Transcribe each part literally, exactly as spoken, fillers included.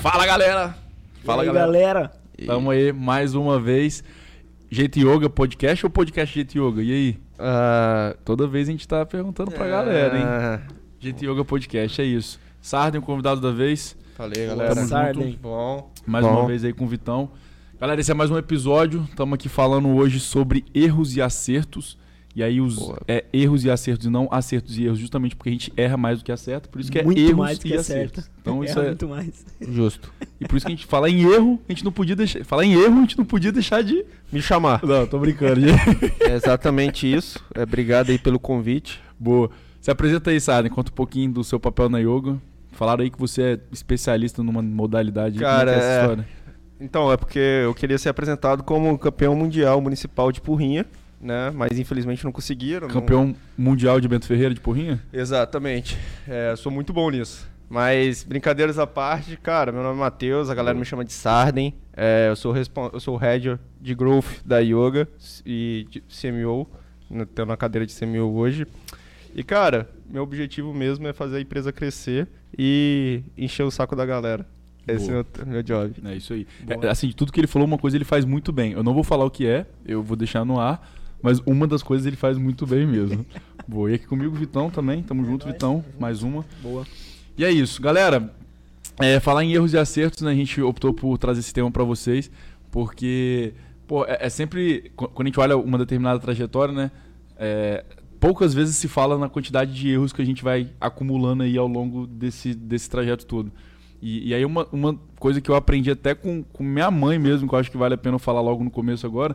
Fala, galera! Fala, e aí, galera! galera? Tamo aí mais uma vez. Jeito Yoga Podcast ou Podcast Jeito Yoga? E aí? Uh, Toda vez a gente tá perguntando pra uh... galera, hein? Jeito Yoga Podcast, é isso. Sarden, o convidado da vez. Falei, galera. Tamo Sarden. junto. Bom. Mais Bom. uma vez aí com o Vitão. Galera, esse é mais um episódio. Estamos aqui falando hoje sobre erros e acertos. E aí os é, erros e acertos e não acertos e erros, justamente porque a gente erra mais do que acerta. Por isso que é muito erros mais do que e acerta. acertos. Então isso Erra é muito mais. Justo. E por isso que a gente fala em erro, a gente não podia deixar. Falar em erro, a gente não podia deixar de Me chamar. Não, tô brincando, gente. É exatamente isso. É, obrigado aí pelo convite. Boa. Se apresenta aí, Sarden, conta um pouquinho do seu papel na yoga. Falaram aí que você é especialista numa modalidade. Cara, Como é que é essa é... história? Então, é porque eu queria ser apresentado como campeão mundial municipal de porrinha, né? Mas infelizmente não conseguiram. Campeão não... mundial de Bento Ferreira de porrinha? Exatamente. É, sou muito bom nisso. Mas, brincadeiras à parte, cara, meu nome é Matheus, a galera me chama de Sarden. É, eu, sou respon... eu sou o head de growth da yoga e de C M O, estou na cadeira de C M O hoje. E, cara, meu objetivo mesmo é fazer a empresa crescer e encher o saco da galera. Esse Boa. é o meu job. É isso aí. É, assim, de tudo que ele falou, uma coisa ele faz muito bem. Eu não vou falar o que é, eu vou deixar no ar, mas uma das coisas ele faz muito bem mesmo. Boa. E aqui comigo o Vitão também, tamo junto, Vitão. Mais uma. Boa. E é isso, galera. É, falar em erros e acertos, né? A gente optou por trazer esse tema pra vocês, porque, pô, é, é sempre, quando a gente olha uma determinada trajetória, né? É, poucas vezes se fala na quantidade de erros que a gente vai acumulando aí ao longo desse, desse trajeto todo. E, e aí uma, uma coisa que eu aprendi até com, com minha mãe mesmo, que eu acho que vale a pena eu falar logo no começo agora,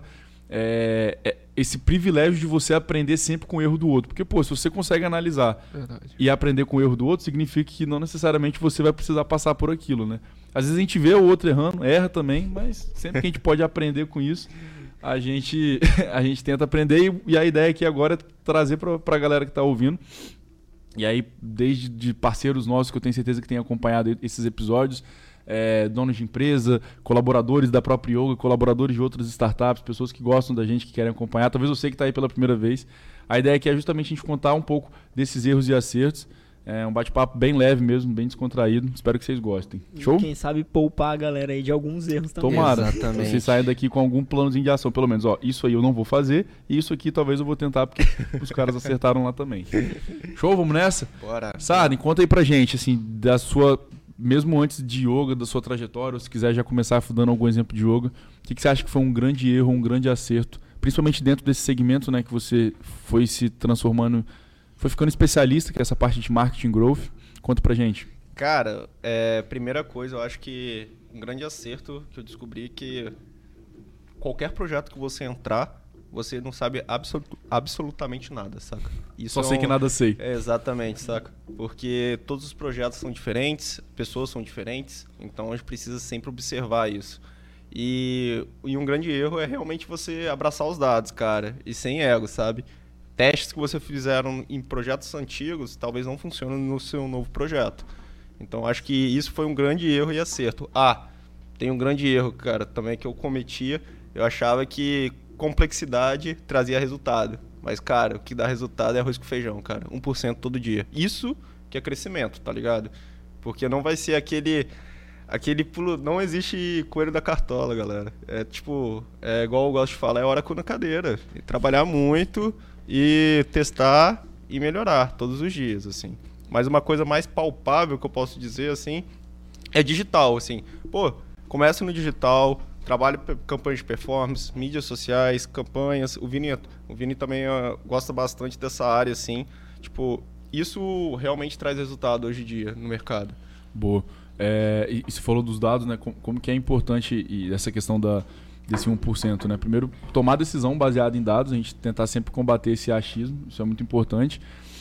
é, é esse privilégio de você aprender sempre com o erro do outro. Porque, pô, se você consegue analisar Verdade. e aprender com o erro do outro, significa que não necessariamente você vai precisar passar por aquilo, né? Às vezes a gente vê o outro errando, erra também, mas sempre que a gente pode aprender com isso, a gente, a gente tenta aprender. E, e a ideia aqui agora é trazer pra, pra galera que tá ouvindo. E aí, desde de parceiros nossos que eu tenho certeza que têm acompanhado esses episódios, é, donos de empresa, colaboradores da própria yoga, colaboradores de outras startups, pessoas que gostam da gente, que querem acompanhar. Talvez você que está aí pela primeira vez. A ideia aqui é justamente a gente contar um pouco desses erros e acertos. É um bate-papo bem leve mesmo, bem descontraído. Espero que vocês gostem. Show? Quem sabe poupar a galera aí de alguns erros também. Tomara. Exatamente. Vocês saem daqui com algum planozinho de ação. Pelo menos, ó, isso aí eu não vou fazer e isso aqui talvez eu vou tentar porque os caras acertaram lá também. Show? Vamos nessa? Bora. Sarden, conta aí pra gente, assim, da sua... Mesmo antes de yoga, da sua trajetória, ou se quiser já começar dando algum exemplo de yoga, o que, que você acha que foi um grande erro, um grande acerto, principalmente dentro desse segmento, né, que você foi se transformando, foi ficando especialista, que é essa parte de marketing growth. Conta pra gente. Cara, é, primeira coisa, eu acho que um grande acerto que eu descobri que qualquer projeto que você entrar, você não sabe absolut, absolutamente nada, saca? Isso Só é sei um, que nada sei. É, exatamente, saca? Porque todos os projetos são diferentes, pessoas são diferentes, então a gente precisa sempre observar isso. E, e um grande erro é realmente você abraçar os dados, cara, e sem ego, sabe? Testes que você fizeram em projetos antigos talvez não funcionem no seu novo projeto. Então acho que isso foi um grande erro e acerto. Ah, tem um grande erro, cara, também que eu cometia. Eu achava que complexidade trazia resultado. Mas, cara, o que dá resultado é arroz com feijão, cara. um por cento todo dia. Isso que é crescimento, tá ligado? Porque não vai ser aquele... Aquele pulo... Não existe coelho da cartola, galera. É tipo... É igual eu gosto de falar, é hora com na cadeira. E trabalhar muito e testar e melhorar todos os dias, assim. Mas uma coisa mais palpável que eu posso dizer, assim, é digital, assim. Pô, começa no digital... Trabalho campanhas de performance, mídias sociais, campanhas. O Vini, o Vini também uh, gosta bastante dessa área, assim. Tipo, isso realmente traz resultado hoje em dia no mercado. Boa. É, e você falou dos dados, né? Como, como que é importante e essa questão da, desse um por cento, né? Primeiro, tomar decisão baseada em dados, a gente tentar sempre combater esse achismo, isso é muito importante.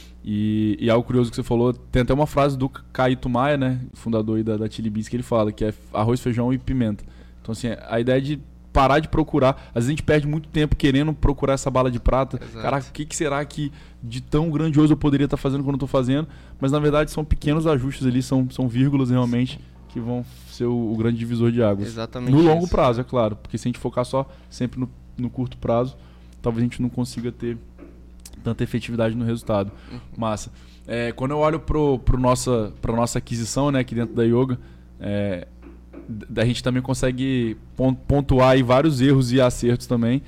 E, e algo curioso que você falou, tem até uma frase do Caíto Maia, né? Fundador aí da, da Chili Beans, que ele fala que é arroz, feijão e pimenta. Então, assim, a ideia de parar de procurar. Às vezes a gente perde muito tempo querendo procurar essa bala de prata. Exato. Caraca, o que, que será que de tão grandioso eu poderia estar fazendo quando eu estou fazendo? Mas, na verdade, são pequenos ajustes ali, são, são vírgulas realmente que vão ser o, o grande divisor de águas. Exatamente. No longo isso. prazo, é claro. Porque se a gente focar só sempre no, no curto prazo, talvez a gente não consiga ter tanta efetividade no resultado. Uhum. Massa. É, quando eu olho para pro nossa, pra nossa aquisição, né, aqui dentro da Yoga, é, a gente também consegue pontuar aí vários erros e acertos também.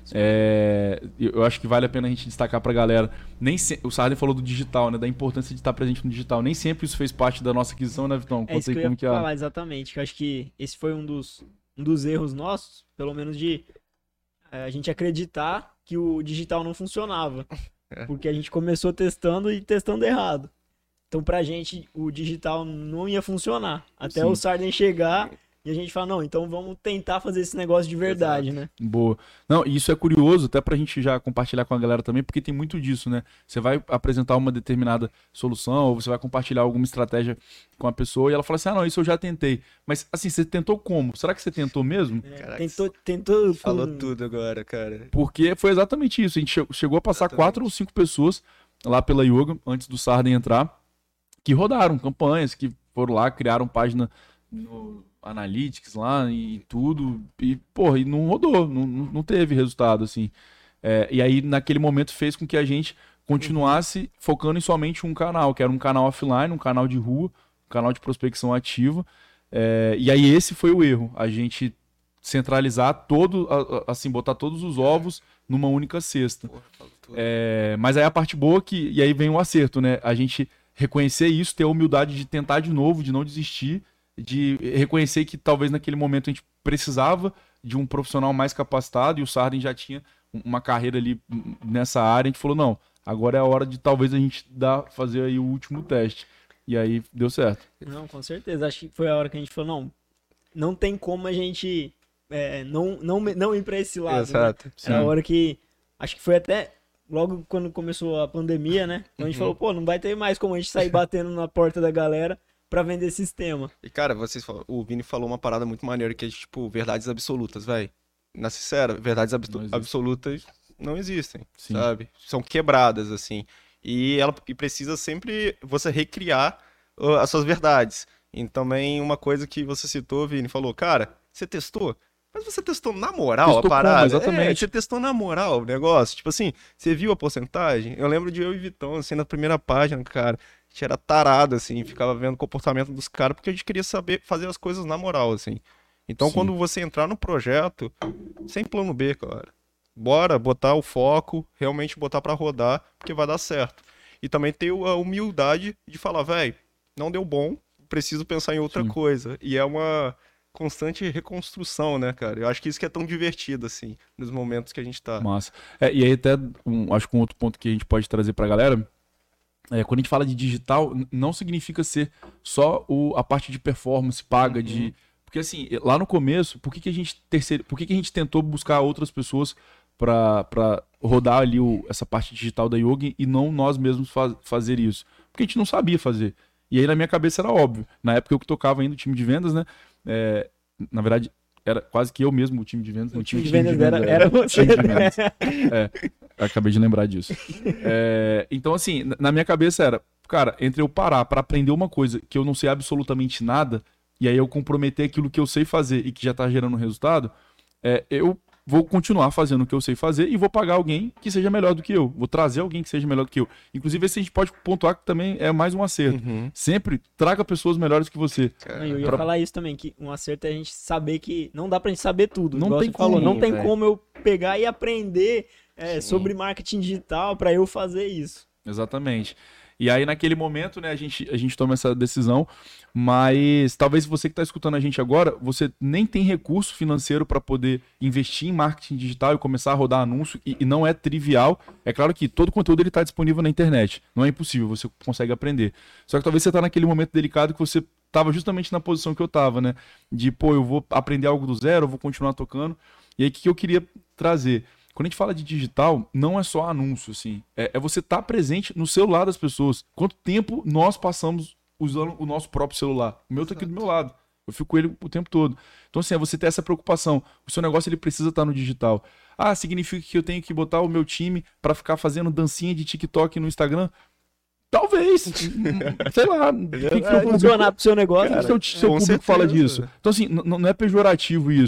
É, eu acho que vale a pena a gente destacar pra galera. Nem se, o Sarden falou do digital, né? Da importância de estar presente no digital. Nem sempre isso fez parte da nossa aquisição, né, Vitão? É isso que eu ia falar, é... exatamente. Eu acho que esse foi um dos, um dos erros nossos, pelo menos de é, a gente acreditar que o digital não funcionava. É. Porque a gente começou testando e testando errado. Então pra gente o digital não ia funcionar. Até Sim. o Sarden chegar... E a gente fala, não, então vamos tentar fazer esse negócio de verdade, Exato. Né? Boa. Não, e isso é curioso, até pra gente já compartilhar com a galera também, porque tem muito disso, né? Você vai apresentar uma determinada solução, ou você vai compartilhar alguma estratégia com a pessoa, e ela fala assim, ah, não, isso eu já tentei. Mas, assim, você tentou como? Será que você tentou mesmo? É, Caraca, tentou, tentou... Falou com... tudo agora, cara. Porque foi exatamente isso. A gente chegou a passar exatamente. quatro ou cinco pessoas lá pela Yoga, antes do Sarden entrar, que rodaram campanhas, que foram lá, criaram página no... Analytics lá e tudo, e porra, e não rodou, não, não teve resultado, assim. É, e aí, naquele momento, fez com que a gente continuasse uhum. focando em somente um canal, que era um canal offline, um canal de rua, um canal de prospecção ativa. É, e aí, esse foi o erro, a gente centralizar todo, assim, botar todos os ovos numa única cesta. É, mas aí a parte boa, que, e aí vem o acerto, né? A gente reconhecer isso, ter a humildade de tentar de novo, de não desistir, de reconhecer que talvez naquele momento a gente precisava de um profissional mais capacitado e o Sarden já tinha uma carreira ali nessa área. A gente falou, não, agora é a hora de talvez a gente dar, fazer aí o último teste. E aí deu certo. Não, com certeza. Acho que foi a hora que a gente falou, não, não tem como a gente é, não, não, não ir para esse lado. Exato. Né? Era a hora que, acho que foi até logo quando começou a pandemia, né? Então a gente uhum. falou, pô, não vai ter mais como a gente sair batendo na porta da galera pra vender sistema. E, cara, vocês falam, o Vini falou uma parada muito maneira que é, tipo, verdades absolutas, velho. Na sincera, verdades ab não absolutas não existem, Sim. sabe? São quebradas, assim. E ela e precisa sempre você recriar uh, as suas verdades. E também uma coisa que você citou, Vini, falou, cara, você testou? Mas você testou na moral testou a parada? Como, exatamente. É, você testou na moral o negócio? Tipo assim, você viu a porcentagem? Eu lembro de eu e Vitão, assim, na primeira página, cara... A gente era tarado, assim, ficava vendo o comportamento dos caras, porque a gente queria saber fazer as coisas na moral, assim. Então, Sim. quando você entrar no projeto, sem plano B, cara, bora botar o foco, realmente botar pra rodar, porque vai dar certo. E também ter a humildade de falar, velho, não deu bom, preciso pensar em outra Sim. coisa. E é uma constante reconstrução, né, cara? Eu acho que isso que é tão divertido, assim, nos momentos que a gente tá. Massa. É, e aí até, um, acho que um outro ponto que a gente pode trazer pra galera... É, quando a gente fala de digital, não significa ser só o, a parte de performance paga, uhum. de... Porque assim, lá no começo, por que, que a gente terceiro, por que, que a gente tentou buscar outras pessoas para rodar ali o, essa parte digital da Yoga e não nós mesmos faz, fazer isso? Porque a gente não sabia fazer. E aí na minha cabeça era óbvio. Na época eu que tocava ainda o time de vendas, né? É, na verdade, era quase que eu mesmo o time de vendas. O time, time de vendas, de vendas era, era, era você. Time de vendas. É, acabei de lembrar disso. É, então, assim, na minha cabeça era, cara, entre eu parar para aprender uma coisa que eu não sei absolutamente nada, e aí eu comprometer aquilo que eu sei fazer e que já tá gerando resultado, é, eu vou continuar fazendo o que eu sei fazer e vou pagar alguém que seja melhor do que eu. Vou trazer alguém que seja melhor do que eu. Inclusive, esse a gente pode pontuar que também é mais um acerto. Uhum. Sempre traga pessoas melhores que você. Eu ia pra... falar isso também, que um acerto é a gente saber que não dá pra gente saber tudo. Não tem como, falou, não tem como eu pegar e aprender é, sobre marketing digital pra eu fazer isso. Exatamente. E aí, naquele momento, né, a gente, a gente toma essa decisão, mas talvez você que está escutando a gente agora, você nem tem recurso financeiro para poder investir em marketing digital e começar a rodar anúncio, e, e não é trivial. É claro que todo o conteúdo está disponível na internet, não é impossível, você consegue aprender. Só que talvez você está naquele momento delicado que você estava justamente na posição que eu estava, né? De, pô, eu vou aprender algo do zero, eu vou continuar tocando. E aí, o que eu queria trazer? Quando a gente fala de digital, não é só anúncio, assim. É, é você estar tá presente no celular das pessoas. Quanto tempo nós passamos usando o nosso próprio celular? O meu tá aqui do meu lado. Eu fico com ele o tempo todo. Então, assim, é você ter essa preocupação. O seu negócio, ele precisa estar no digital. Ah, significa que eu tenho que botar o meu time para ficar fazendo dancinha de TikTok no Instagram? Talvez. Sei lá. É, que que funcionar pro seu negócio. Cara, seu seu público certeza. Fala disso. Então, assim, não é pejorativo isso.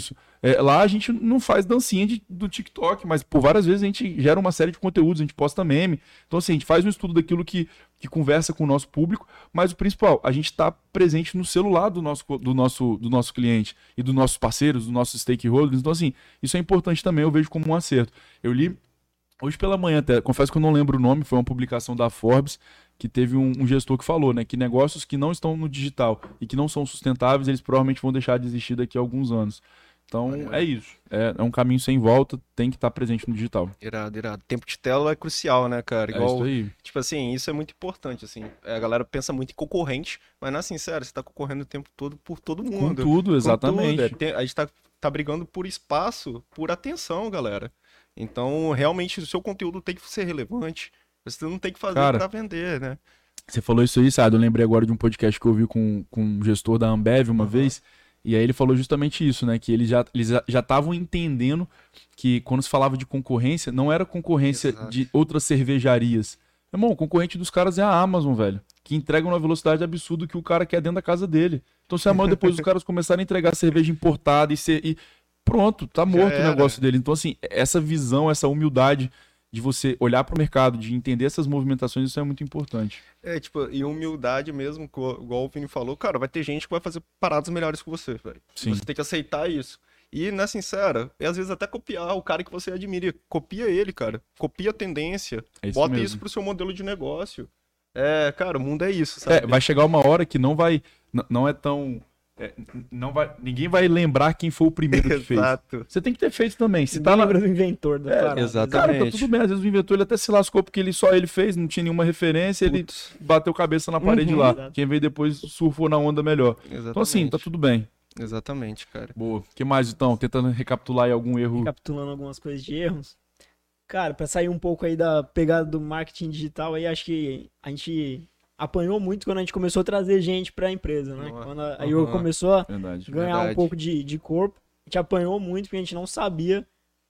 É, lá a gente não faz dancinha de, do TikTok, mas por várias vezes a gente gera uma série de conteúdos, a gente posta meme. Então, assim, a gente faz um estudo daquilo que, que conversa com o nosso público, mas o principal, a gente está presente no celular do nosso, do, nosso, do nosso cliente e dos nossos parceiros, dos nossos stakeholders. Então, assim, isso é importante também, eu vejo como um acerto. Eu li hoje pela manhã até, confesso que eu não lembro o nome, foi uma publicação da Forbes, que teve um, um gestor que falou, né, que negócios que não estão no digital e que não são sustentáveis, eles provavelmente vão deixar de existir daqui a alguns anos. Então, é isso. É, é um caminho sem volta, tem que estar presente no digital. Irado, irado. Tempo de tela é crucial, né, cara? Igual, é isso aí. Tipo assim, isso é muito importante, assim. A galera pensa muito em concorrente, mas não é sincero, você tá concorrendo o tempo todo por todo mundo. Com tudo, exatamente. Com tudo. É, tem, a gente tá, tá brigando por espaço, por atenção, galera. Então, realmente, o seu conteúdo tem que ser relevante. Você não tem que fazer Cara, pra vender, né? Você falou isso aí, sabe? Eu lembrei agora de um podcast que eu ouvi com, com um gestor da Ambev uma uhum. vez, e aí ele falou justamente isso, né? Que eles já eles já estavam entendendo que quando se falava de concorrência, não era concorrência Exato. De outras cervejarias. Irmão, o concorrente dos caras é a Amazon, velho, que entrega uma velocidade absurda que o cara quer dentro da casa dele. Então, se amanhã depois os caras começarem a entregar cerveja importada e, ser, e pronto, tá morto o negócio dele. Então, assim, essa visão, essa humildade de você olhar para o mercado, de entender essas movimentações, isso é muito importante. É, tipo, e humildade mesmo, igual o Vini falou, cara, vai ter gente que vai fazer paradas melhores que você, velho. Você tem que aceitar isso. E, na sincera, e às vezes até copiar o cara que você admira. Copia ele, cara. Copia a tendência. É isso Bota mesmo. Isso pro seu modelo de negócio. É, cara, o mundo é isso, sabe? É, vai chegar uma hora que não vai, não é tão... É, não vai, ninguém vai lembrar quem foi o primeiro que fez. Exato. Você tem que ter feito também. Se tá tá lembra do inventor da é, parada. Exatamente. Cara, tá tudo bem. Às vezes o inventor ele até se lascou porque ele só ele fez, não tinha nenhuma referência, Putz. Ele bateu cabeça na parede uhum, lá. Exato. Quem veio depois surfou na onda melhor. Exatamente. Então assim, tá tudo bem. Exatamente, cara. Boa. O que mais, então? Tentando recapitular aí algum erro. Recapitulando algumas coisas de erros. Cara, pra sair um pouco aí da pegada do marketing digital, aí acho que a gente apanhou muito quando a gente começou a trazer gente pra empresa, né? Uhum. Quando a, a Yoga uhum. começou a Verdade. ganhar Verdade. um pouco de, de corpo, a gente apanhou muito porque a gente não sabia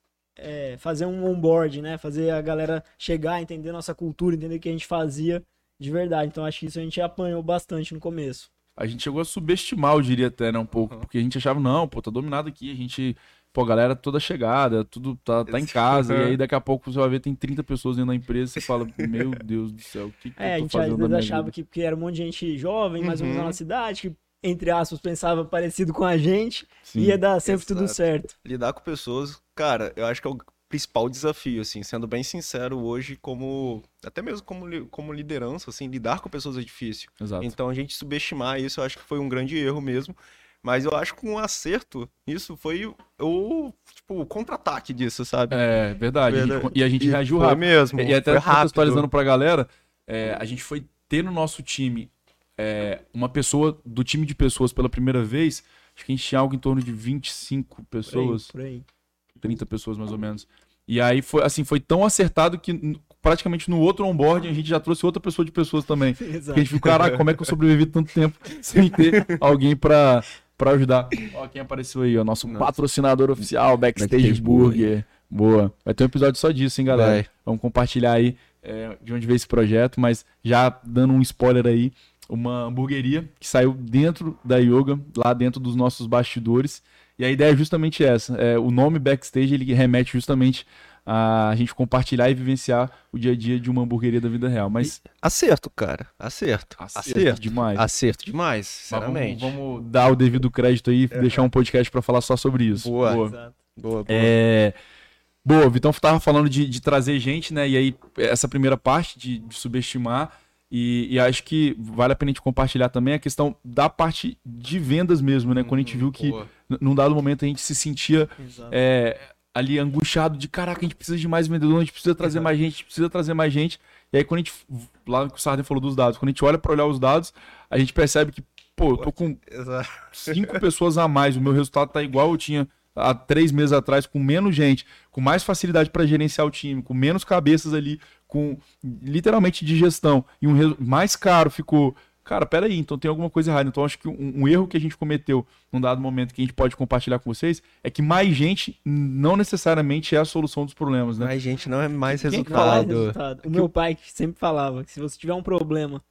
é, fazer um onboard, né? Fazer a galera chegar, entender nossa cultura, entender o que a gente fazia de verdade. Então acho que isso a gente apanhou bastante no começo. A gente chegou a subestimar, eu diria até, né, um pouco, uhum. porque a gente achava, não, pô, tá dominado aqui, a gente, pô, a galera toda chegada, tudo tá, tá em casa, uhum. e aí daqui a pouco você vai ver, tem trinta pessoas dentro da empresa, você fala, meu Deus do céu, o que, que é, eu tô fazendo? É, a gente às vezes achava vida? que, que era um monte de gente jovem, mais uhum. ou menos na cidade, que, entre aspas, pensava parecido com a gente, Sim. ia dar sempre Exato. Tudo certo. Lidar com pessoas, cara, eu acho que é o principal desafio, assim, sendo bem sincero hoje, como até mesmo como, como liderança, assim, lidar com pessoas é difícil. Exato. Então a gente subestimar isso, eu acho que foi um grande erro mesmo, mas eu acho que um acerto, isso foi o, tipo, o contra-ataque disso, sabe? É, verdade, verdade. A gente, e a gente e reagiu foi rápido. mesmo, E até foi rápido. contextualizando pra galera, é, a gente foi ter no nosso time é, uma pessoa, do time de pessoas pela primeira vez, acho que a gente tinha algo em torno de vinte e cinco pessoas, por aí, por aí. trinta pessoas mais ou menos. E aí foi assim, foi tão acertado que praticamente no outro onboard a gente já trouxe outra pessoa de pessoas também. Exato. Porque a gente ficou, caraca, como é que eu sobrevivi tanto tempo sem ter alguém pra, pra ajudar? Ó, quem apareceu aí, ó, nosso Nossa. patrocinador oficial, Backstage, Backstage Burger. Burger. Boa. Vai ter um episódio só disso, hein, galera? Vai. Vamos compartilhar aí é, de onde veio esse projeto, mas já dando um spoiler aí, uma hamburgueria que saiu dentro da Yoga, lá dentro dos nossos bastidores. E a ideia é justamente essa. É, o nome Backstage ele remete justamente a a gente compartilhar e vivenciar o dia a dia de uma hamburgueria da vida real. Mas acerto, cara. Acerto. Acerto, acerto demais. Acerto demais, sinceramente. Vamos, vamos dar o devido crédito aí e é. deixar um podcast para falar só sobre isso. Boa. Boa. Exato. Boa, boa. É... Boa, o Vitão tava falando de, de trazer gente, né? E aí, essa primeira parte de, de subestimar. E, e acho que vale a pena a gente compartilhar também a questão da parte de vendas mesmo, né? Uhum, quando a gente viu que, boa. num dado momento, a gente se sentia é, ali angustiado de caraca, a gente precisa de mais vendedor, a gente precisa trazer Exato. mais gente, a gente precisa trazer mais gente. E aí, quando a gente, lá que o Sarden falou dos dados, quando a gente olha para olhar os dados, a gente percebe que, pô, eu tô com Exato. cinco pessoas a mais, o meu resultado tá igual eu tinha há três meses atrás, com menos gente, com mais facilidade para gerenciar o time, com menos cabeças ali, com literalmente de gestão, e um resu... mais caro ficou. Cara, peraí, então tem alguma coisa errada. Então acho que um, um erro que a gente cometeu num dado momento que a gente pode compartilhar com vocês é que mais gente não necessariamente é a solução dos problemas, né? Mais gente não é mais Quem resultado. mais resultado. O meu pai sempre falava que se você tiver um problema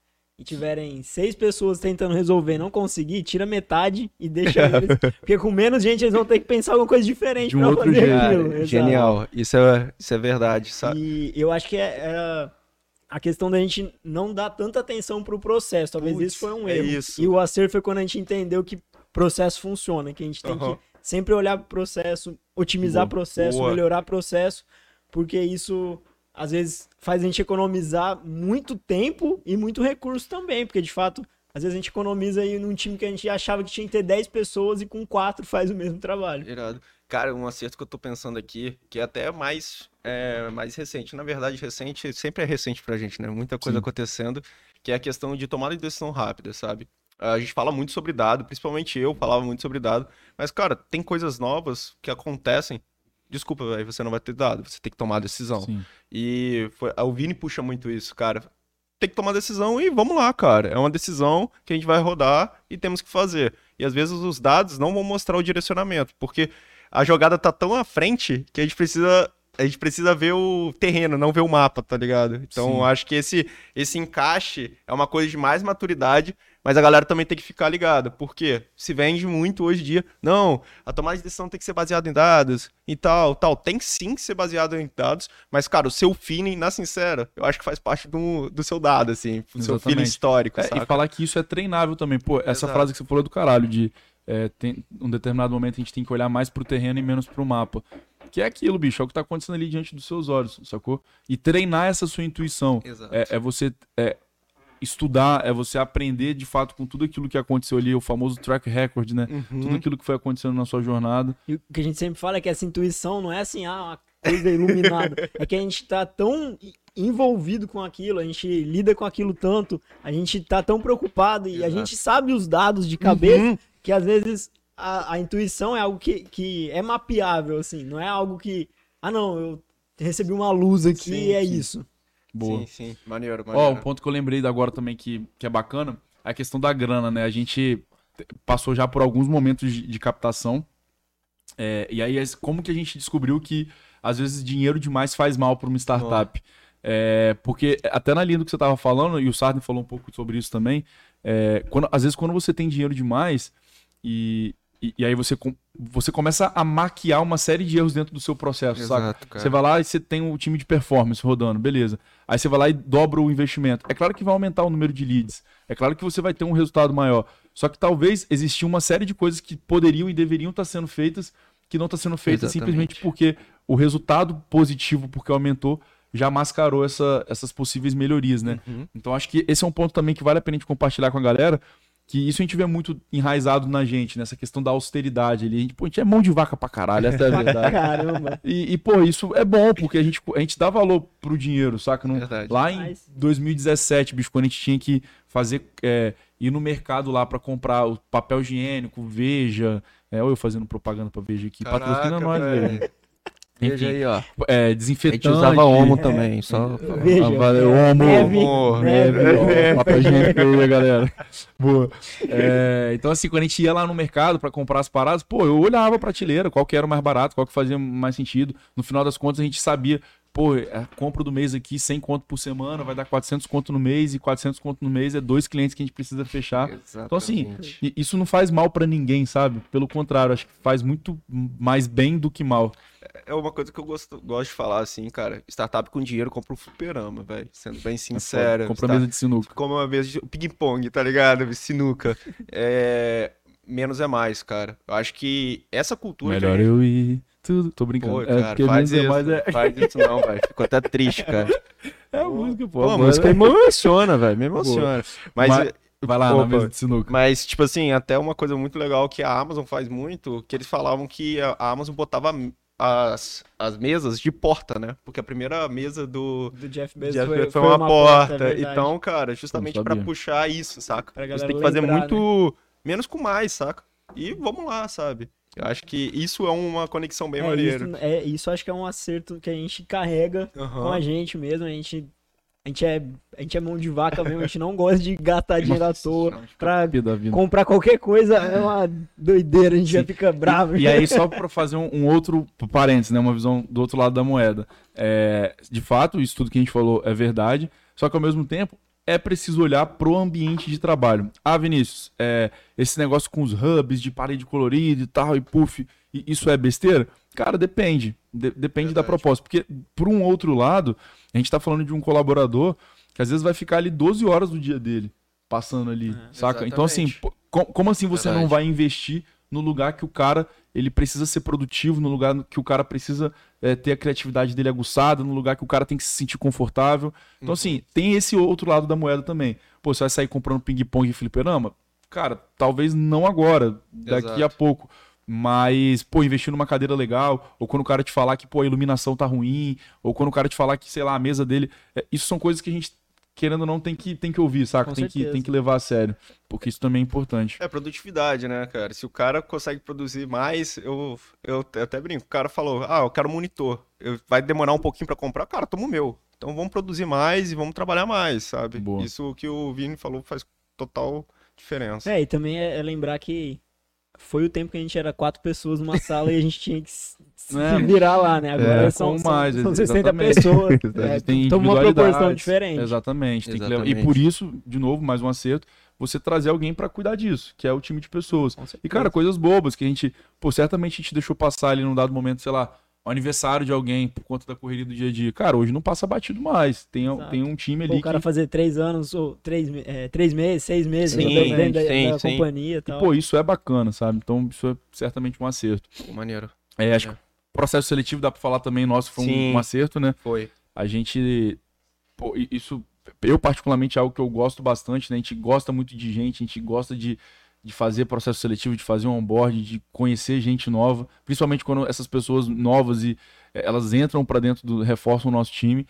e tiverem seis pessoas tentando resolver e não conseguir, tira metade e deixa eles. Porque com menos gente eles vão ter que pensar alguma coisa diferente De um pra outro fazer jeito. aquilo. Cara, Exato. genial. Isso é, isso é verdade, sabe? E eu acho que é- era a questão da gente não dar tanta atenção pro processo. Talvez Putz, isso foi um é erro. isso. E o acerto foi quando a gente entendeu que processo funciona, que a gente tem Aham. que sempre olhar pro processo, otimizar Boa. processo, Boa. melhorar processo, porque isso às vezes faz a gente economizar muito tempo e muito recurso também, porque de fato, às vezes a gente economiza aí num time que a gente achava que tinha que ter dez pessoas e com quatro faz o mesmo trabalho. Irado. Cara, um acerto que eu tô pensando aqui, que é até mais, é, mais recente. Na verdade, recente sempre é recente pra gente, né? Muita coisa Sim. acontecendo, que é a questão de tomada de decisão rápida, sabe? A gente fala muito sobre dado, principalmente eu falava muito sobre dado, mas, cara, tem coisas novas que acontecem. Desculpa, velho, você não vai ter dado, você tem que tomar a decisão. Sim. E foi, o Vini puxa muito isso, cara. Tem que tomar decisão e vamos lá, cara. É uma decisão que a gente vai rodar e temos que fazer. E às vezes os dados não vão mostrar o direcionamento, porque a jogada tá tão à frente que a gente precisa, a gente precisa ver o terreno, não ver o mapa, tá ligado? Então Sim. eu acho que esse, esse encaixe é uma coisa de mais maturidade, mas a galera também tem que ficar ligada, porque se vende muito hoje em dia, não, a tomada de decisão tem que ser baseada em dados e tal, tal. Tem sim que ser baseado em dados, mas, cara, o seu feeling, na sincera, eu acho que faz parte do, do seu dado, assim, do seu Exatamente. feeling histórico, É, saca? e falar que isso é treinável também. Pô, essa Exato. frase que você falou é do caralho, de é, tem, um determinado momento a gente tem que olhar mais pro terreno e menos pro mapa. Que é aquilo, bicho, é o que tá acontecendo ali diante dos seus olhos, sacou? E treinar essa sua intuição. Exato. É, é você é, estudar, é você aprender de fato com tudo aquilo que aconteceu ali, o famoso track record, né? Uhum. Tudo aquilo que foi acontecendo na sua jornada. E o que a gente sempre fala é que essa intuição não é assim, ah, uma coisa iluminada. É que a gente tá tão i- envolvido com aquilo, a gente lida com aquilo tanto, a gente tá tão preocupado e a Exato. gente sabe os dados de cabeça Uhum. que às vezes a, a intuição é algo que, que é mapeável, assim, não é algo que, ah não, eu recebi uma luz aqui Sim, e é sim. isso. Boa. Sim, sim. Maneiro, Ó, maneiro. um ponto que eu lembrei da agora também que, que é bacana é a questão da grana, né? A gente t- passou já por alguns momentos de, de captação. É, e aí, es- como que a gente descobriu que às vezes dinheiro demais faz mal para uma startup? É, porque até na linha do que você estava falando, e o Sarden falou um pouco sobre isso também, é, quando, às vezes quando você tem dinheiro demais e, e, e aí você, com- você começa a maquiar uma série de erros dentro do seu processo, saca? Exato, cara. Você vai lá e você tem o time de performance rodando, beleza. Aí você vai lá e dobra o investimento. É claro que vai aumentar o número de leads. É claro que você vai ter um resultado maior. Só que talvez existia uma série de coisas que poderiam e deveriam estar sendo feitas que não está sendo feita Exatamente. simplesmente porque o resultado positivo, porque aumentou, já mascarou essa- essas possíveis melhorias, né? Uhum. Então acho que esse é um ponto também que vale a pena a gente compartilhar com a galera, que isso a gente vê muito enraizado na gente, nessa questão da austeridade ali. A gente, pô, a gente é mão de vaca pra caralho, essa é a verdade. Caramba. E, e, pô, isso é bom, porque a gente, a gente dá valor pro dinheiro, saca? Não- Verdade. lá em Mas- dois mil e dezessete, bicho, quando a gente tinha que fazer, é, ir no mercado lá pra comprar o papel higiênico, Veja, é, olha eu fazendo propaganda pra Veja aqui, patrocina nós, velho. velho. Veja aí, ó. É, A desinfetante. gente usava Omo também, só... Veja, Ah, valeu, Omo. neve, Omo, neve, Neve, ó. ó, papel higiênico aí, galera. Boa. É, então, assim, quando a gente ia lá no mercado pra comprar as paradas, pô, eu olhava a prateleira, qual que era o mais barato, qual que fazia mais sentido. No final das contas, a gente sabia, pô, a compra do mês aqui, cem conto por semana, vai dar quatrocentos conto no mês, e quatrocentos conto no mês é dois clientes que a gente precisa fechar. Então, assim, i- isso não faz mal pra ninguém, sabe? Pelo contrário, acho que faz muito mais bem do que mal. É uma coisa que eu gosto, gosto de falar, assim, cara. Startup com dinheiro compra um fliperama, velho. Sendo bem sincero. Compra Start- mesa de sinuca. Como uma mesa de ping-pong, tá ligado? Sinuca. É... Menos é mais, cara. Eu acho que essa cultura... que a Melhor gente- eu ir. Tudo. Tô brincando. Pô, é cara, porque faz menos é isso. mais é, Faz isso não, velho. Ficou até triste, cara. é a música, pô. Pô, a Agora- música me emociona, velho. Me emociona. Mas... Mas- Vai lá na Opa. mesa de sinuca. Mas, tipo assim, até uma coisa muito legal que a Amazon faz muito, que eles falavam que a a Amazon botava as, as mesas de porta, né? Porque a primeira mesa do Do Jeff de Bezos Jeff foi, Bezos foi foi uma, porta. é verdade. Então, cara, justamente Não pra sabia. puxar isso, saca? Pra Você galera tem que fazer lembrar, muito menos com mais, saca? E vamos lá, sabe? Eu acho que isso é uma conexão bem é, maneira. isso, é, isso acho que é um acerto que a gente carrega com Aham. a gente mesmo. A gente, a, gente é, a gente é mão de vaca mesmo, a gente não gosta de gastar dinheiro à toa pra Vida da vida. comprar qualquer coisa. É uma doideira, a gente já fica bravo. E aí, só para fazer um, um outro parênteses, né? Uma visão do outro lado da moeda. É, de fato, isso tudo que a gente falou é verdade. Só que ao mesmo tempo, é preciso olhar pro ambiente de trabalho. Ah, Vinícius, é, esse negócio com os hubs de parede colorida e tal, e puff, e isso é besteira? Cara, depende. De- depende Verdade. da proposta. Porque, por um outro lado, a gente tá falando de um colaborador que às vezes vai ficar ali doze horas do dia dele, passando ali, É. saca? Então, assim, Exatamente. pô, co- como assim você não Verdade. vai investir no lugar que o cara ele precisa ser produtivo, no lugar que o cara precisa é, ter a criatividade dele aguçada, no lugar que o cara tem que se sentir confortável. Então, Uhum. assim, tem esse outro lado da moeda também. Pô, você vai sair comprando ping-pong e fliperama? Cara, talvez não agora, daqui Exato. a pouco. Mas, pô, investir numa cadeira legal, ou quando o cara te falar que, pô, a iluminação tá ruim, ou quando o cara te falar que, sei lá, a mesa dele. é, isso são coisas que a gente, querendo ou não, tem que, tem que ouvir, saca? Com Tem que, certeza. tem que levar a sério. Porque isso também é importante. É produtividade, né, cara? Se o cara consegue produzir mais, eu, eu até brinco. O cara falou, ah, eu quero um monitor. Eu- vai demorar um pouquinho pra comprar. Cara, toma o meu. Então vamos produzir mais e vamos trabalhar mais, sabe? Boa. Isso que o Vini falou faz total diferença. É, e também é, é lembrar que foi o tempo que a gente era quatro pessoas numa sala e a gente tinha que se se É. virar lá, né? Agora É, são, com são, mais, são sessenta exatamente. pessoas. A É, gente tem toma uma proporção individualidades. diferente. Exatamente. Tem que levar- E Exatamente. por isso, de novo, mais um acerto, você trazer alguém pra cuidar disso, que é o time de pessoas. Com certeza. E, cara, coisas bobas que a gente, pô, certamente a gente deixou passar ali num dado momento, sei lá, o aniversário de alguém por conta da correria do dia a dia. Cara, hoje não passa batido mais. Tem, Exato. tem um time Pô, ali o cara que. fazer três anos, ou três, me- é, três meses, seis meses Sim, dentro da, sim, da sim. companhia e E, tal. pô, isso é bacana, sabe? Então, isso é certamente um acerto. Pô, maneiro. É, acho É. que o processo seletivo dá pra falar também, nosso, foi um, Sim. um acerto, né? Foi. A gente. Pô, i- isso, eu particularmente, é algo que eu gosto bastante, né? A gente gosta muito de gente, a gente gosta de, de fazer processo seletivo, de fazer um onboard, de conhecer gente nova, principalmente quando essas pessoas novas e eh, elas entram para dentro do, reforçam o nosso time.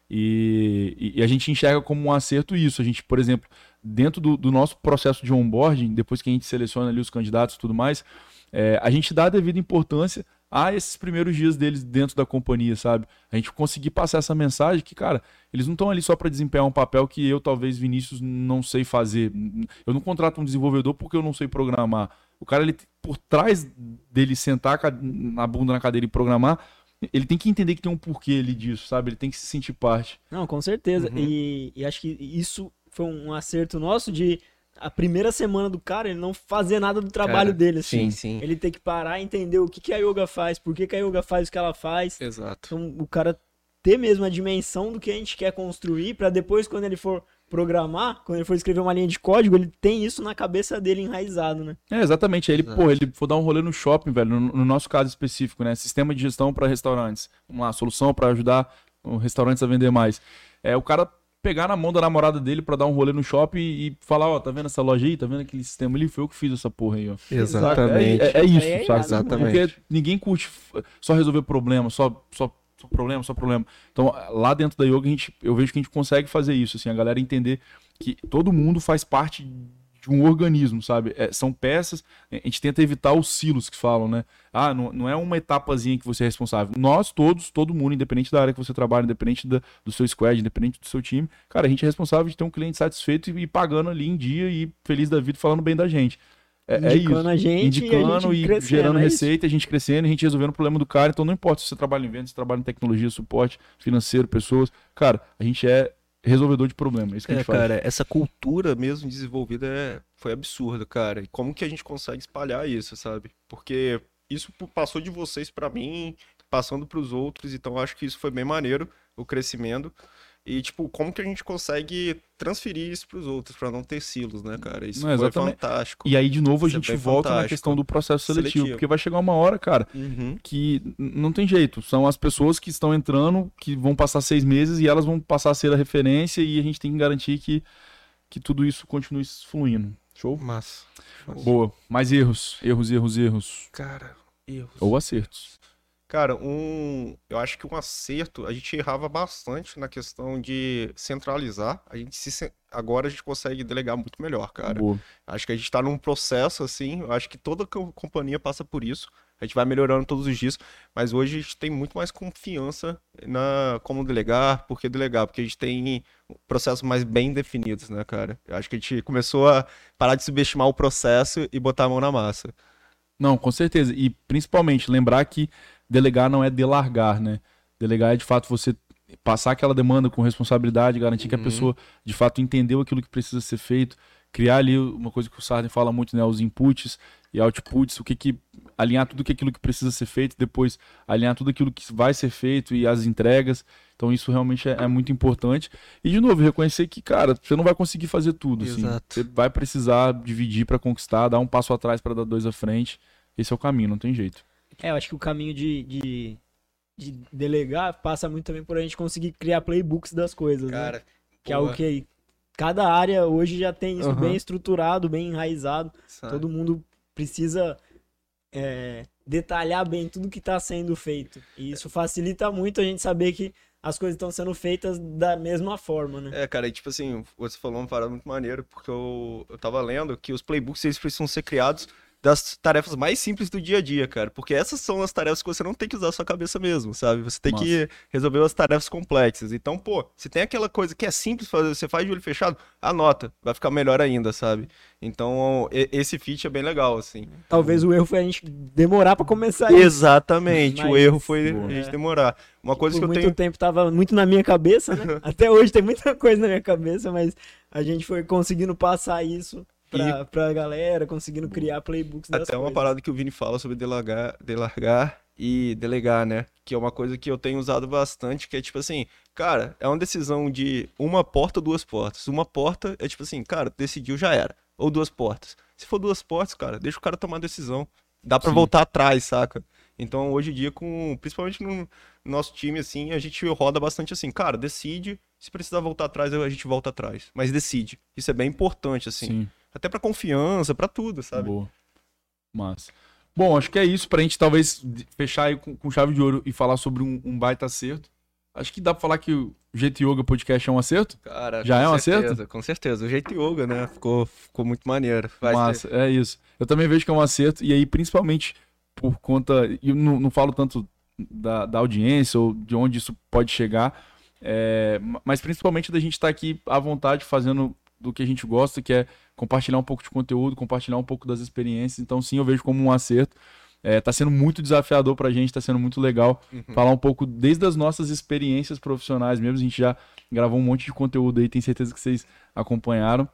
E, e- e a gente enxerga como um acerto isso. A gente, por exemplo, dentro do, do nosso processo de onboarding, depois que a gente seleciona ali os candidatos e tudo mais, eh, a gente dá a devida importância a esses primeiros dias deles dentro da companhia, sabe? A gente conseguir passar essa mensagem que, cara, eles não estão ali só para desempenhar um papel que eu, talvez, Vinícius, não sei fazer. Eu não contrato um desenvolvedor porque eu não sei programar. O cara, ele, por trás dele sentar ca- na bunda na cadeira e programar, ele tem que entender que tem um porquê ali disso, sabe? Ele tem que se sentir parte. Não, com certeza. Uhum. E, e acho que isso foi um acerto nosso de a primeira semana do cara ele não fazer nada do trabalho Cara, dele, assim. Sim, sim. Ele tem que parar e entender o que, que a yoga faz, por que, que a yoga faz o que ela faz. Exato. Então, o cara ter mesmo a dimensão do que a gente quer construir, pra depois, quando ele for programar, quando ele for escrever uma linha de código, ele tem isso na cabeça dele enraizado, né? É, exatamente. Aí ele, Exato. pô, ele for dar um rolê no shopping, velho, no, no nosso caso específico, né? Sistema de gestão para restaurantes. Uma solução para ajudar os restaurantes a vender mais. É o cara pegar na mão da namorada dele para dar um rolê no shopping e, e falar, ó, tá vendo essa loja aí? Tá vendo aquele sistema ali? Foi eu que fiz essa porra aí, ó. Exatamente. É, é- é isso, Aí é sabe? irado, Exatamente. Porque ninguém curte f- só resolver problema, só, só, só problema, só problema. Então, lá dentro da yoga, a gente, eu vejo que a gente consegue fazer isso, assim, a galera entender que todo mundo faz parte de um organismo, sabe? É, são peças, a gente tenta evitar os silos que falam, né? Ah, não, não é uma etapazinha que você é responsável. Nós todos, todo mundo, independente da área que você trabalha, independente da- do seu squad, independente do seu time, cara, a gente é responsável de ter um cliente satisfeito e, e pagando ali em dia e feliz da vida, falando bem da gente. É, é Indicando isso. a gente Indicando e a gente e crescendo, gerando é isso. receita, a gente crescendo, a gente resolvendo o problema do cara. Então não importa se você trabalha em vendas, se trabalha em tecnologia, suporte financeiro, pessoas. Cara, a gente é resolvedor de problema. É isso que a É, gente faz. cara, essa cultura mesmo desenvolvida é, foi absurda, cara. E como que a gente consegue espalhar isso, sabe? Porque isso p- passou de vocês pra mim, passando pros outros, então acho que isso foi bem maneiro, o crescimento. E, tipo, como que a gente consegue transferir isso pros outros, pra não ter silos, né, cara? Isso Não, foi exatamente. fantástico. E aí, de novo, a Isso é gente bem volta na fantástico. questão do processo seletivo, Seletivo. Porque vai chegar uma hora, cara, Uhum. que n- não tem jeito. São as pessoas que estão entrando, que vão passar seis meses e elas vão passar a ser a referência e a gente tem que garantir que, que tudo isso continue fluindo. Show? Massa. Boa. Mais erros. Erros, erros, erros. Cara, erros. Ou acertos. Cara, um, eu acho que um acerto, a gente errava bastante na questão de centralizar. A gente se, cen- agora a gente consegue delegar muito melhor, cara. Boa. Acho que a gente tá num processo assim, eu acho que toda co- companhia passa por isso. A gente vai melhorando todos os dias, mas hoje a gente tem muito mais confiança na como delegar, por que delegar, porque a gente tem processos mais bem definidos, né, cara? Eu acho que a gente começou a parar de subestimar o processo e botar a mão na massa. Não, com certeza. E principalmente lembrar que delegar não é delargar, né? Delegar é de fato você passar aquela demanda com responsabilidade, garantir que a Uhum. pessoa, de fato, entendeu aquilo que precisa ser feito, criar ali uma coisa que o Sarden fala muito, né, os inputs e outputs, o que que alinhar tudo que aquilo que precisa ser feito, depois alinhar tudo aquilo que vai ser feito e as entregas. Então isso realmente é, é muito importante. E de novo, reconhecer que, cara, você não vai conseguir fazer tudo, assim. Exato. Você vai precisar dividir para conquistar, dar um passo atrás para dar dois à frente. Esse é o caminho, não tem jeito. É, eu acho que o caminho de, de, de delegar passa muito também por a gente conseguir criar playbooks das coisas, né? Cara, Que é algo que cada área hoje já tem isso Aham. bem estruturado, bem enraizado. sabe? Todo mundo precisa é, detalhar bem tudo que está sendo feito. E isso facilita muito a gente saber que as coisas estão sendo feitas da mesma forma, né? É, cara, e tipo assim, você falou uma parada muito maneira, porque eu, eu tava lendo que os playbooks, eles precisam ser criados das tarefas mais simples do dia a dia, cara, porque essas são as tarefas que você não tem que usar a sua cabeça mesmo, sabe? Você tem que resolver as tarefas complexas. Então, pô, se tem aquela coisa que é simples fazer, você faz de olho fechado, anota, vai ficar melhor ainda, sabe? Então, e- esse feat é bem legal, assim. Talvez o erro foi a gente demorar para começar isso. Exatamente, o Mas- erro foi Boa. a gente É. demorar. Uma coisa Por que eu muito tenho... tempo tava muito na minha cabeça, né? Até hoje tem muita coisa na minha cabeça, mas a gente foi conseguindo passar isso pra, pra galera, conseguindo criar playbooks das Até uma coisas. parada que o Vini fala sobre delegar, delargar e delegar, né? Que é uma coisa que eu tenho usado bastante, que é tipo assim, cara, é uma decisão de uma porta ou duas portas. Uma porta é tipo assim, cara, decidiu, já era. Ou duas portas. Se for duas portas, cara, deixa o cara tomar a decisão. Dá pra Sim. voltar atrás, saca? Então, hoje em dia, com, principalmente no nosso time, assim, a gente roda bastante assim, cara, decide. Se precisar voltar atrás, a gente volta atrás. Mas decide. Isso é bem importante, assim. Sim. Até pra confiança, pra tudo, sabe? Boa. Massa. Bom, acho que é isso pra gente talvez fechar aí com, com chave de ouro e falar sobre um, um baita acerto. Acho que dá pra falar que o Jeito Yoga Podcast é um acerto? Cara, Já com é um certeza, acerto? Com certeza. O jeito yoga, né? Ficou, ficou muito maneiro. Vai Massa, é isso. Eu também vejo que é um acerto, e aí principalmente por conta, e eu não, não falo tanto da, da audiência ou de onde isso pode chegar, é, mas principalmente da gente estar aqui à vontade fazendo do que a gente gosta, que é compartilhar um pouco de conteúdo, compartilhar um pouco das experiências. Então sim, eu vejo como um acerto. É, tá sendo muito desafiador pra gente, tá sendo muito legal Uhum. falar um pouco desde as nossas experiências profissionais mesmo. A gente já gravou um monte de conteúdo aí, tenho certeza que vocês acompanharam.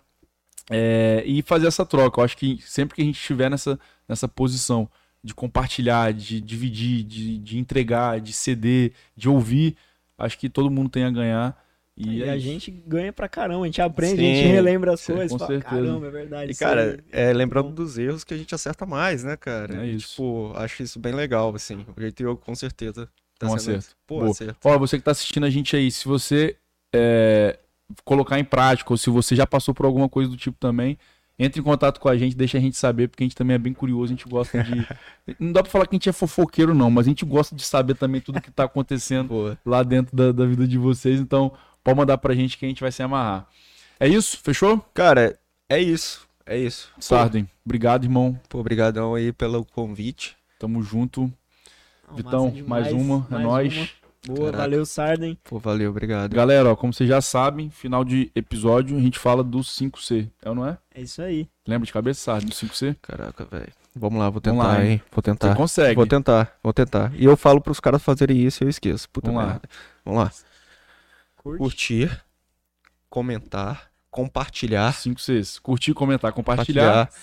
É, e fazer essa troca. Eu acho que sempre que a gente estiver nessa, nessa posição de compartilhar, de dividir, de, de entregar, de ceder, de ouvir, acho que todo mundo tem a ganhar. E, E é a isso. gente ganha pra caramba, a gente aprende, Sim, a gente relembra as sim, coisas, com fala, certeza. caramba, é verdade. E, isso cara, aí é, lembrando bom. dos erros que a gente acerta mais, né, cara? É E, isso. Tipo, acho isso bem legal, assim. O jeito yoga, com certeza, tá Um sendo... acerto. Pô, Boa. acerto. Ó, você que tá assistindo a gente aí, se você é, colocar em prática, ou se você já passou por alguma coisa do tipo também, entre em contato com a gente, deixa a gente saber, porque a gente também é bem curioso, a gente gosta de... Não dá pra falar que a gente é fofoqueiro não, mas a gente gosta de saber também tudo que tá acontecendo Pô, lá dentro da, da vida de vocês, então pode mandar pra gente que a gente vai se amarrar. É isso? Fechou? cara, é isso. É isso. Pô, Sarden, obrigado, irmão. Pô, obrigadão aí pelo convite. Tamo junto. Não, Vitão, massa demais, mais uma, é mais nóis. uma. Boa, Caraca. valeu, Sarden. Pô, valeu, obrigado. Galera, ó, como vocês já sabem, final de episódio a gente fala do cinco C, é ou não é? É isso aí. Lembra de cabeça, Sarden, do cinco C? Caraca, velho. Vamos lá, vou Vamos tentar, lá, hein? hein? Vou Você tentar. consegue. Vou tentar, vou tentar. E eu falo pros caras fazerem isso e eu esqueço. Puta Vamos lá. merda. Vamos lá. Curte. Curtir, comentar, compartilhar, cinco Cs. Curtir, comentar, compartilhar. compartilhar,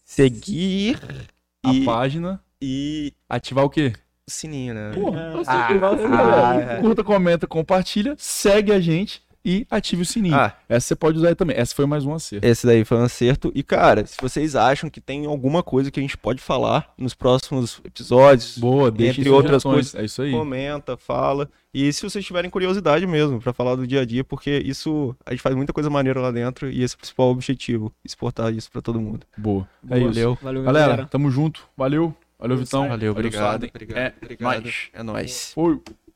seguir A e, página. e Ativar o quê? o sininho, né? Porra, Você Ah, ativar o sininho, ah, galera. é. Curta, comenta, compartilha, segue a gente e ative o sininho. Ah, Essa você pode usar aí também. Essa foi mais um acerto. esse daí foi um acerto. E, cara, se vocês acham que tem alguma coisa que a gente pode falar nos próximos episódios, Boa, deixa Entre outras coisas, É isso aí. comenta, fala. E se vocês tiverem curiosidade mesmo pra falar do dia a dia, porque isso, a gente faz muita coisa maneira lá dentro e esse é o principal objetivo, exportar isso pra todo mundo. Boa. É Boa. isso. Valeu. Valeu, Galera, galera. tamo junto. Valeu. Valeu, Vitão. Valeu, obrigado. Sarden. Obrigado, É obrigado. nóis. É nóis. Foi.